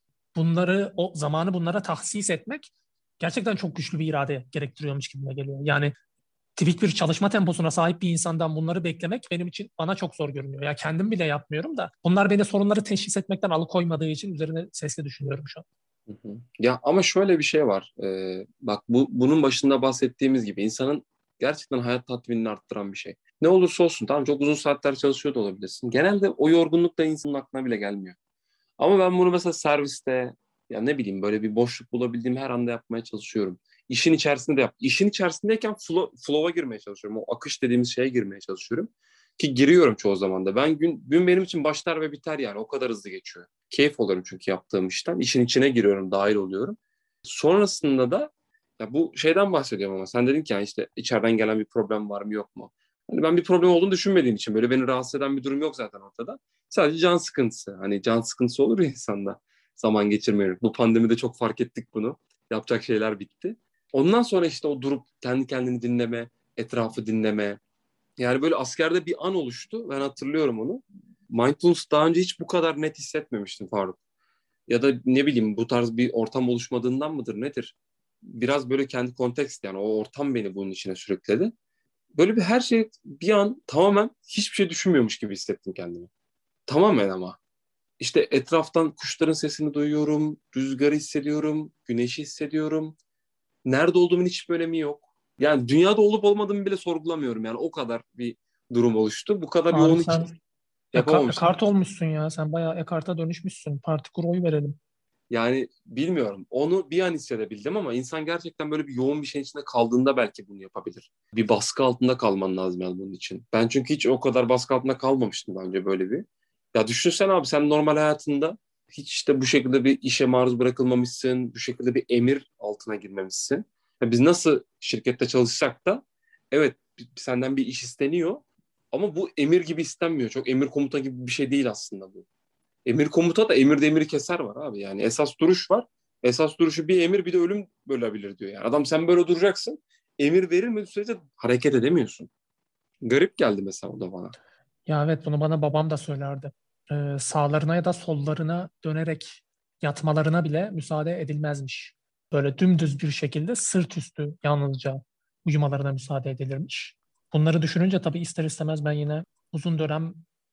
Speaker 1: o zamanı bunlara tahsis etmek gerçekten çok güçlü bir irade gerektiriyormuş gibime geliyor. Yani tipik bir çalışma temposuna sahip bir insandan bunları beklemek bana çok zor görünüyor. Ya kendim bile yapmıyorum da bunlar beni sorunları teşhis etmekten alıkoymadığı için üzerine sesli düşünüyorum şu an.
Speaker 2: Hı hı. Ya ama şöyle bir şey var. Bak bunun başında bahsettiğimiz gibi insanın gerçekten hayat tatminini arttıran bir şey. Ne olursa olsun tamam çok uzun saatler çalışıyor da olabilirsin. Genelde o yorgunluk da insanın aklına bile gelmiyor. Ama ben bunu mesela serviste ya ne bileyim böyle bir boşluk bulabildiğim her anda yapmaya çalışıyorum. İşin içerisinde de İşin içerisindeyken flow'a girmeye çalışıyorum. O akış dediğimiz şeye girmeye çalışıyorum. Ki giriyorum çoğu zaman da. Gün benim için başlar ve biter yani. O kadar hızlı geçiyor. Keyif alıyorum çünkü yaptığım işten. İşin içine giriyorum, dahil oluyorum. Sonrasında da ya bu şeyden bahsediyorum ama sen dedin ki yani işte içeriden gelen bir problem var mı yok mu? Hani ben bir problem olduğunu düşünmediğim için böyle beni rahatsız eden bir durum yok zaten ortada. Sadece can sıkıntısı. Hani can sıkıntısı olur ya insanda zaman geçirmiyor. Bu pandemide çok fark ettik bunu. Yapacak şeyler bitti. Ondan sonra işte o durup kendi kendini dinleme, etrafı dinleme. Yani böyle askerde bir an oluştu. Ben hatırlıyorum onu. Mindfulness daha önce hiç bu kadar net hissetmemiştim Faruk. Ya da ne bileyim bu tarz bir ortam oluşmadığından mıdır nedir? Biraz böyle kendi kontekst yani o ortam beni bunun içine sürükledi. Böyle bir her şey bir an tamamen hiçbir şey düşünmüyormuş gibi hissettim kendimi. Tamamen ama. İşte etraftan kuşların sesini duyuyorum, rüzgarı hissediyorum, güneşi hissediyorum. Nerede olduğumun hiçbir önemi yok. Yani dünyada olup olmadığımı bile sorgulamıyorum. Yani o kadar bir durum oluştu. Bu kadar
Speaker 1: Abi
Speaker 2: yoğun hiç
Speaker 1: sen
Speaker 2: yapamamıştım.
Speaker 1: Ekart olmuşsun ya. Sen bayağı Ekart'a dönüşmüşsün. Parti kur, oy verelim.
Speaker 2: Yani bilmiyorum. Onu bir an hissedebildim ama insan gerçekten böyle bir yoğun bir şeyin içinde kaldığında belki bunu yapabilir. Bir baskı altında kalman lazım yani bunun için. Ben çünkü hiç o kadar baskı altında kalmamıştım daha önce böyle bir. Ya düşünsen abi sen normal hayatında hiç işte bu şekilde bir işe maruz bırakılmamışsın, bu şekilde bir emir altına girmemişsin. Ya biz nasıl şirkette çalışsak da evet senden bir iş isteniyor ama bu emir gibi istenmiyor. Çok emir komuta gibi bir şey değil aslında bu. Emir komuta da emir demiri keser var abi. Yani esas duruş var. Esas duruşu bir emir bir de ölüm bölebilir diyor. Yani adam sen böyle duracaksın. Emir verilmediği sürece hareket edemiyorsun. Garip geldi mesela o da bana.
Speaker 1: Ya evet, bunu bana babam da söylerdi. Sağlarına ya da sollarına dönerek yatmalarına bile müsaade edilmezmiş. Böyle dümdüz bir şekilde sırt üstü yalnızca uyumalarına müsaade edilirmiş. Bunları düşününce tabii ister istemez ben yine uzun dönem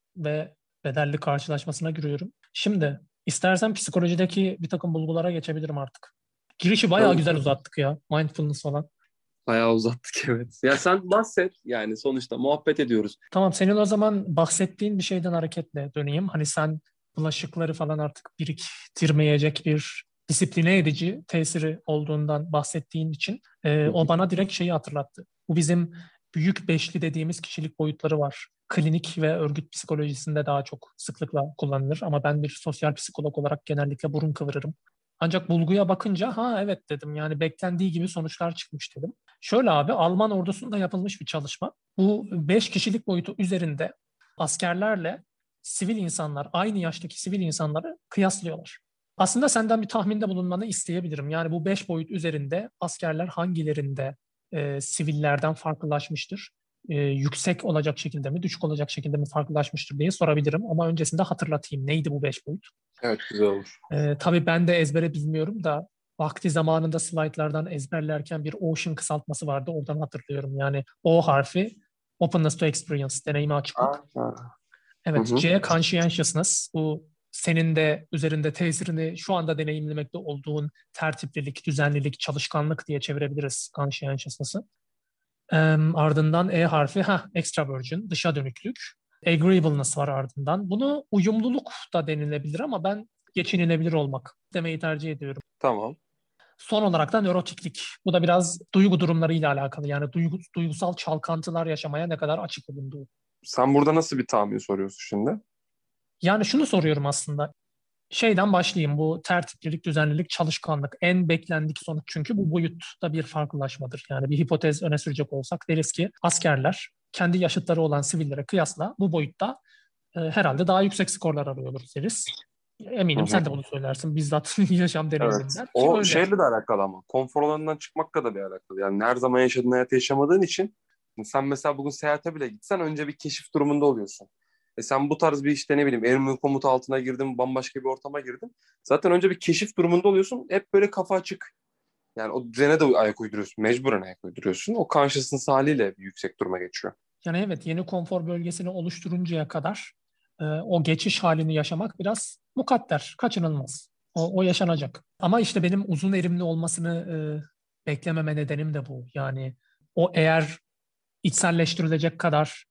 Speaker 1: ve bedelli karşılaşmasına giriyorum. Şimdi istersen psikolojideki bir takım bulgulara geçebilirim artık. Girişi bayağı
Speaker 2: Tabii
Speaker 1: güzel
Speaker 2: tabii.
Speaker 1: uzattık ya. Mindfulness falan.
Speaker 2: Bayağı uzattık evet. Ya sen bahset yani sonuçta muhabbet ediyoruz.
Speaker 1: Tamam, senin o zaman bahsettiğin bir şeyden hareketle döneyim. Hani sen bulaşıkları falan artık biriktirmeyecek bir disipline edici tesiri olduğundan bahsettiğin için o bana direkt şeyi hatırlattı. Bu bizim büyük beşli dediğimiz kişilik boyutları var. Klinik ve örgüt psikolojisinde daha çok sıklıkla kullanılır ama ben bir sosyal psikolog olarak genellikle burun kıvırırım. Ancak bulguya bakınca ha evet dedim, yani beklendiği gibi sonuçlar çıkmış dedim. Şöyle abi, Alman ordusunda yapılmış bir çalışma. Bu 5 kişilik boyutu üzerinde askerlerle sivil insanlar, aynı yaştaki sivil insanları kıyaslıyorlar. Aslında senden bir tahminde bulunmanı isteyebilirim. Yani bu 5 boyut üzerinde askerler hangilerinde sivillerden farklılaşmıştır? Yüksek olacak şekilde mi, düşük olacak şekilde mi farklılaşmıştır diye sorabilirim. Ama öncesinde hatırlatayım. Neydi bu 5 boyut?
Speaker 2: Evet güzel olur.
Speaker 1: Tabii ben de ezbere bilmiyorum da vakti zamanında slaytlardan ezberlerken bir Ocean kısaltması vardı. Oradan hatırlıyorum. Yani O harfi openness to experience, deneyime açıklık.
Speaker 2: Aa. Hı
Speaker 1: Evet,
Speaker 2: hı.
Speaker 1: C conscientiousness, bu senin de üzerinde tesirini şu anda deneyimlemekte olduğun tertiplilik, düzenlilik, çalışkanlık diye çevirebiliriz conscientiousness'ı. Ardından E harfi, extraversion, dışa dönüklük. Agreeableness var ardından. Bunu uyumluluk da denilebilir ama ben geçinilebilir olmak demeyi tercih ediyorum.
Speaker 2: Tamam.
Speaker 1: Son olarak da nörotiklik. Bu da biraz duygu durumlarıyla alakalı. Yani duygusal çalkantılar yaşamaya ne kadar açık bulunduğu.
Speaker 2: Sen burada nasıl bir tahmin soruyorsun şimdi?
Speaker 1: Yani şunu soruyorum aslında. Şeyden başlayayım. Bu tertiplilik, düzenlilik, çalışkanlık en beklendik sonuç, çünkü bu boyutta bir farklılaşmadır. Yani bir hipotez öne sürecek olsak deriz ki askerler kendi yaşıtları olan sivillere kıyasla bu boyutta herhalde daha yüksek skorlar alıyordur deriz.
Speaker 2: Hı
Speaker 1: Eminim
Speaker 2: hı.
Speaker 1: sen de bunu söylersin bizzat yaşam
Speaker 2: Evet.
Speaker 1: deneyiminden ki
Speaker 2: O
Speaker 1: öyle.
Speaker 2: şeyle de alakalı ama. Konfor alanından çıkmakla da bir alakalı. Yani her zaman yaşadığın hayatı yaşamadığın için sen mesela bugün seyahate bile gitsen önce bir keşif durumunda oluyorsun. Sen bu tarz bir işte ne bileyim emir komutu altına girdin, bambaşka bir ortama girdin. Zaten önce bir keşif durumunda oluyorsun. Hep böyle kafa açık. Yani o düzene de ayak uyduruyorsun. Mecburen ayak uyduruyorsun. O consciousness haliyle bir yüksek duruma geçiyor.
Speaker 1: Yani evet, yeni konfor bölgesini oluşturuncaya kadar o geçiş halini yaşamak biraz mukadder, kaçınılmaz. O yaşanacak. Ama işte benim uzun erimli olmasını beklememe nedenim de bu. Yani o eğer içselleştirilecek kadar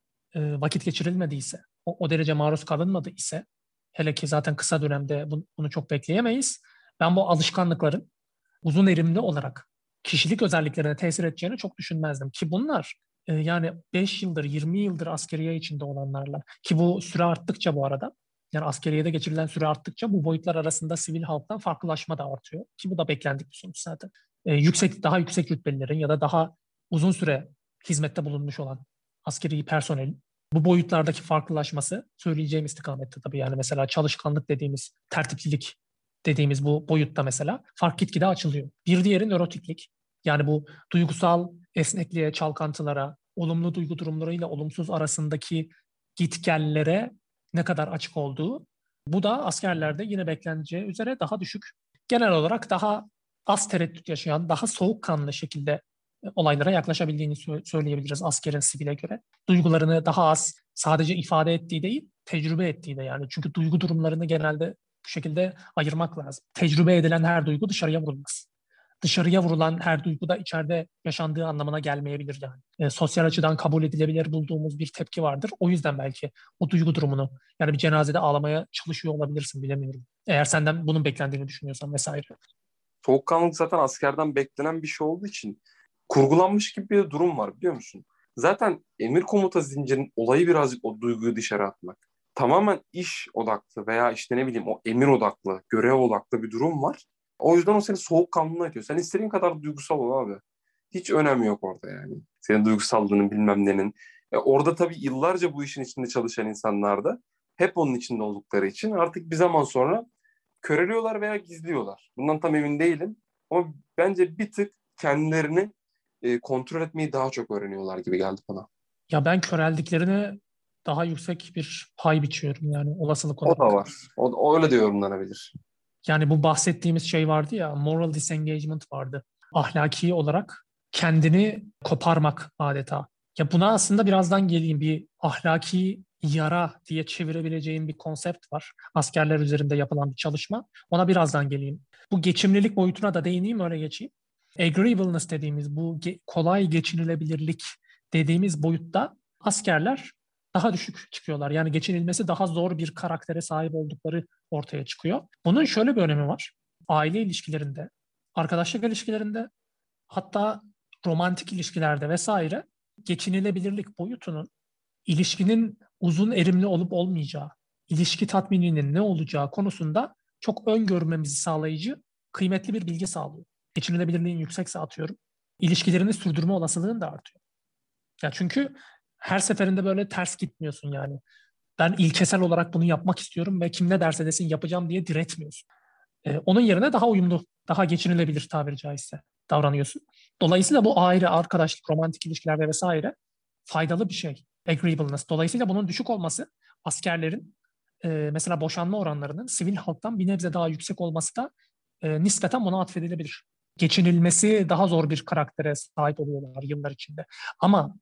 Speaker 1: vakit geçirilmediyse, o derece maruz kalınmadı ise, hele ki zaten kısa dönemde bunu çok bekleyemeyiz. Ben bu alışkanlıkların uzun erimli olarak kişilik özelliklerine tesir edeceğini çok düşünmezdim. Ki bunlar yani 5 yıldır, 20 yıldır askeriye içinde olanlarla, ki bu süre arttıkça bu arada, yani askeriyede geçirilen süre arttıkça bu boyutlar arasında sivil halktan farklılaşma da artıyor. Ki bu da beklendik bir sonuç zaten. Daha yüksek rütbelilerin ya da daha uzun süre hizmette bulunmuş olan askeri personelin bu boyutlardaki farklılaşması söyleyeceğim istikamette tabii. Yani mesela çalışkanlık dediğimiz, tertiplilik dediğimiz bu boyutta mesela fark gitgide açılıyor. Bir diğeri nörotiklik. Yani bu duygusal esnekliğe, çalkantılara, olumlu duygu durumlarıyla olumsuz arasındaki gitgellere ne kadar açık olduğu. Bu da askerlerde yine bekleneceği üzere daha düşük. Genel olarak daha az tereddüt yaşayan, daha soğukkanlı şekilde olaylara yaklaşabildiğini söyleyebiliriz askerin sivile göre. Duygularını daha az sadece ifade ettiği değil, tecrübe ettiği de yani. Çünkü duygu durumlarını genelde bu şekilde ayırmak lazım. Tecrübe edilen her duygu dışarıya vurulmaz. Dışarıya vurulan her duygu da içeride yaşandığı anlamına gelmeyebilir yani. Sosyal açıdan kabul edilebilir bulduğumuz bir tepki vardır. O yüzden belki o duygu durumunu, yani bir cenazede ağlamaya çalışıyor olabilirsin, bilemiyorum. Eğer senden bunun beklendiğini düşünüyorsan vesaire.
Speaker 2: Soğukkanlılık zaten askerden beklenen bir şey olduğu için kurgulanmış gibi bir durum var biliyor musun? Zaten emir komuta zincirinin olayı birazcık o duyguyu dışarı atmak. Tamamen iş odaklı veya işte ne bileyim o emir odaklı, görev odaklı bir durum var. O yüzden o seni soğukkanlılığa atıyor. Sen istediğin kadar duygusal ol abi. Hiç önemi yok orada yani. Senin duygusallığının bilmem nenin. Orada tabii yıllarca bu işin içinde çalışan insanlar da hep onun içinde oldukları için artık bir zaman sonra köreliyorlar veya gizliyorlar. Bundan tam emin değilim. Ama bence bir tık kendilerini kontrol etmeyi daha çok öğreniyorlar gibi geldi bana.
Speaker 1: Ya ben köreldiklerine daha yüksek bir pay biçiyorum yani, olasılık
Speaker 2: O da
Speaker 1: olarak.
Speaker 2: var. O öyle de yorumlanabilir.
Speaker 1: Yani bu bahsettiğimiz şey vardı ya, moral disengagement vardı. Ahlaki olarak kendini koparmak adeta. Ya buna aslında birazdan geleyim. Bir ahlaki yara diye çevirebileceğim bir konsept var. Askerler üzerinde yapılan bir çalışma. Ona birazdan geleyim. Bu geçimlilik boyutuna da değineyim, öyle geçeyim. Agreeableness dediğimiz bu kolay geçinilebilirlik dediğimiz boyutta askerler daha düşük çıkıyorlar. Yani geçinilmesi daha zor bir karaktere sahip oldukları ortaya çıkıyor. Bunun şöyle bir önemi var. Aile ilişkilerinde, arkadaşlık ilişkilerinde, hatta romantik ilişkilerde vesaire geçinilebilirlik boyutunun ilişkinin uzun erimli olup olmayacağı, ilişki tatmininin ne olacağı konusunda çok öngörmemizi sağlayıcı kıymetli bir bilgi sağlıyor. Geçinilebilirliğin yüksekse atıyorum, ilişkilerini sürdürme olasılığın da artıyor. Ya çünkü her seferinde böyle ters gitmiyorsun yani. Ben ilkesel olarak bunu yapmak istiyorum ve kim ne derse desin yapacağım diye diretmiyorsun. Onun yerine daha uyumlu, daha geçinilebilir tabiri caizse davranıyorsun. Dolayısıyla bu aile, arkadaşlık, romantik ilişkilerde vesaire faydalı bir şey. Agreeableness. Dolayısıyla bunun düşük olması askerlerin mesela boşanma oranlarının sivil halktan bir nebze daha yüksek olması da nispeten buna atfedilebilir. Geçinilmesi daha zor bir karaktere sahip oluyorlar yıllar içinde. Ama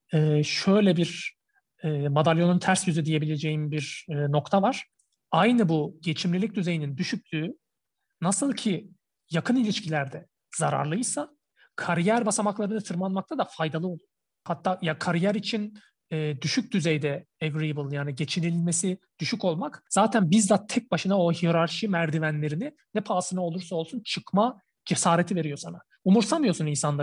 Speaker 1: şöyle bir madalyonun ters yüzü diyebileceğim bir nokta var. Aynı bu geçimlilik düzeyinin düşüklüğü nasıl ki yakın ilişkilerde zararlıysa, kariyer basamaklarını tırmanmakta da faydalı olur. Hatta ya kariyer için düşük düzeyde agreeable, yani geçinilmesi düşük olmak zaten bizzat tek başına o hiyerarşi merdivenlerini ne pahasına olursa olsun çıkma cesareti veriyor sana. Umursamıyorsun insanların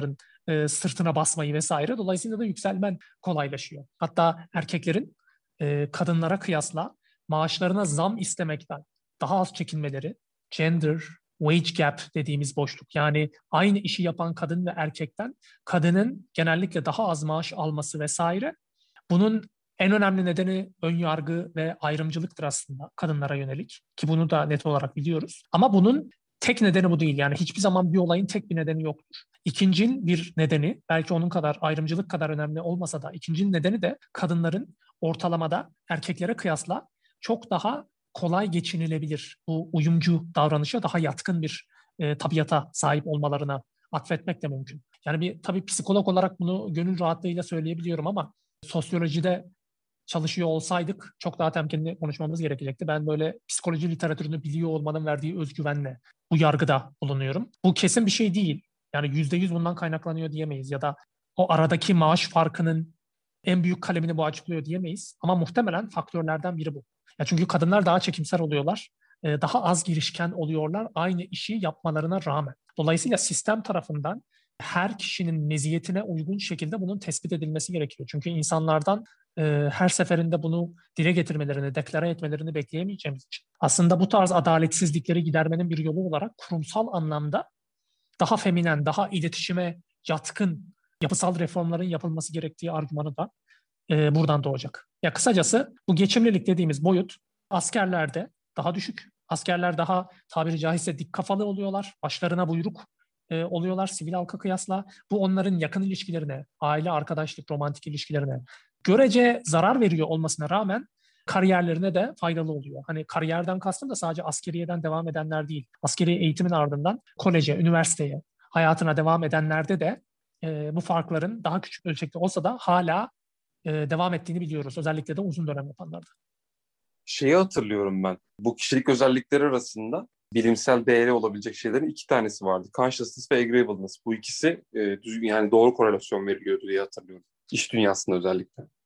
Speaker 1: sırtına basmayı vesaire. Dolayısıyla da yükselmen kolaylaşıyor. Hatta erkeklerin kadınlara kıyasla maaşlarına zam istemekten daha az çekinmeleri, gender wage gap dediğimiz boşluk. Yani aynı işi yapan kadın ve erkekten kadının genellikle daha az maaş alması vesaire. Bunun en önemli nedeni ön yargı ve ayrımcılıktır aslında kadınlara yönelik, ki bunu da net olarak biliyoruz. Ama bunun tek nedeni bu değil. Yani hiçbir zaman bir olayın tek bir nedeni yoktur. İkincil bir nedeni, belki onun kadar ayrımcılık kadar önemli olmasa da, ikincil nedeni de kadınların ortalamada erkeklere kıyasla çok daha kolay geçinilebilir, bu uyumcu davranışa daha yatkın bir tabiata sahip olmalarına atfetmek de mümkün. Yani tabii psikolog olarak bunu gönül rahatlığıyla söyleyebiliyorum ama sosyolojide çalışıyor olsaydık çok daha temkinli konuşmamız gerekecekti. Ben böyle psikoloji literatürünü biliyor olmanın verdiği özgüvenle bu yargıda bulunuyorum. Bu kesin bir şey değil. Yani %100 bundan kaynaklanıyor diyemeyiz ya da o aradaki maaş farkının en büyük kalemini bu açıklıyor diyemeyiz. Ama muhtemelen faktörlerden biri bu. Ya çünkü kadınlar daha çekimser oluyorlar, daha az girişken oluyorlar aynı işi yapmalarına rağmen. Dolayısıyla sistem tarafından her kişinin meziyetine uygun şekilde bunun tespit edilmesi gerekiyor. Çünkü insanlardan her seferinde bunu dile getirmelerini, deklare etmelerini bekleyemeyeceğimiz için aslında bu tarz adaletsizlikleri gidermenin bir yolu olarak kurumsal anlamda daha feminen, daha iletişime yatkın yapısal reformların yapılması gerektiği argümanı da buradan doğacak. Ya kısacası bu geçimlilik dediğimiz boyut askerlerde daha düşük. Askerler daha tabiri caizse dik kafalı oluyorlar. Başlarına buyruk oluyorlar sivil halka kıyasla. Bu onların yakın ilişkilerine, aile, arkadaşlık, romantik ilişkilerine görece zarar veriyor olmasına rağmen kariyerlerine de faydalı oluyor. Hani kariyerden kastım da sadece askeriyeden devam edenler değil. Askeri eğitimin ardından koleje, üniversiteye, hayatına devam edenlerde de bu farkların daha küçük ölçekte olsa da hala devam ettiğini biliyoruz. Özellikle de uzun dönem yapanlarda.
Speaker 2: Şeyi hatırlıyorum ben. Bu kişilik özellikleri arasında bilimsel değeri olabilecek şeylerin iki tanesi vardı. Consciousness ve agreeableness. Bu ikisi yani doğru korelasyon veriliyordu diye hatırlıyorum. İş dünyasında özellikle.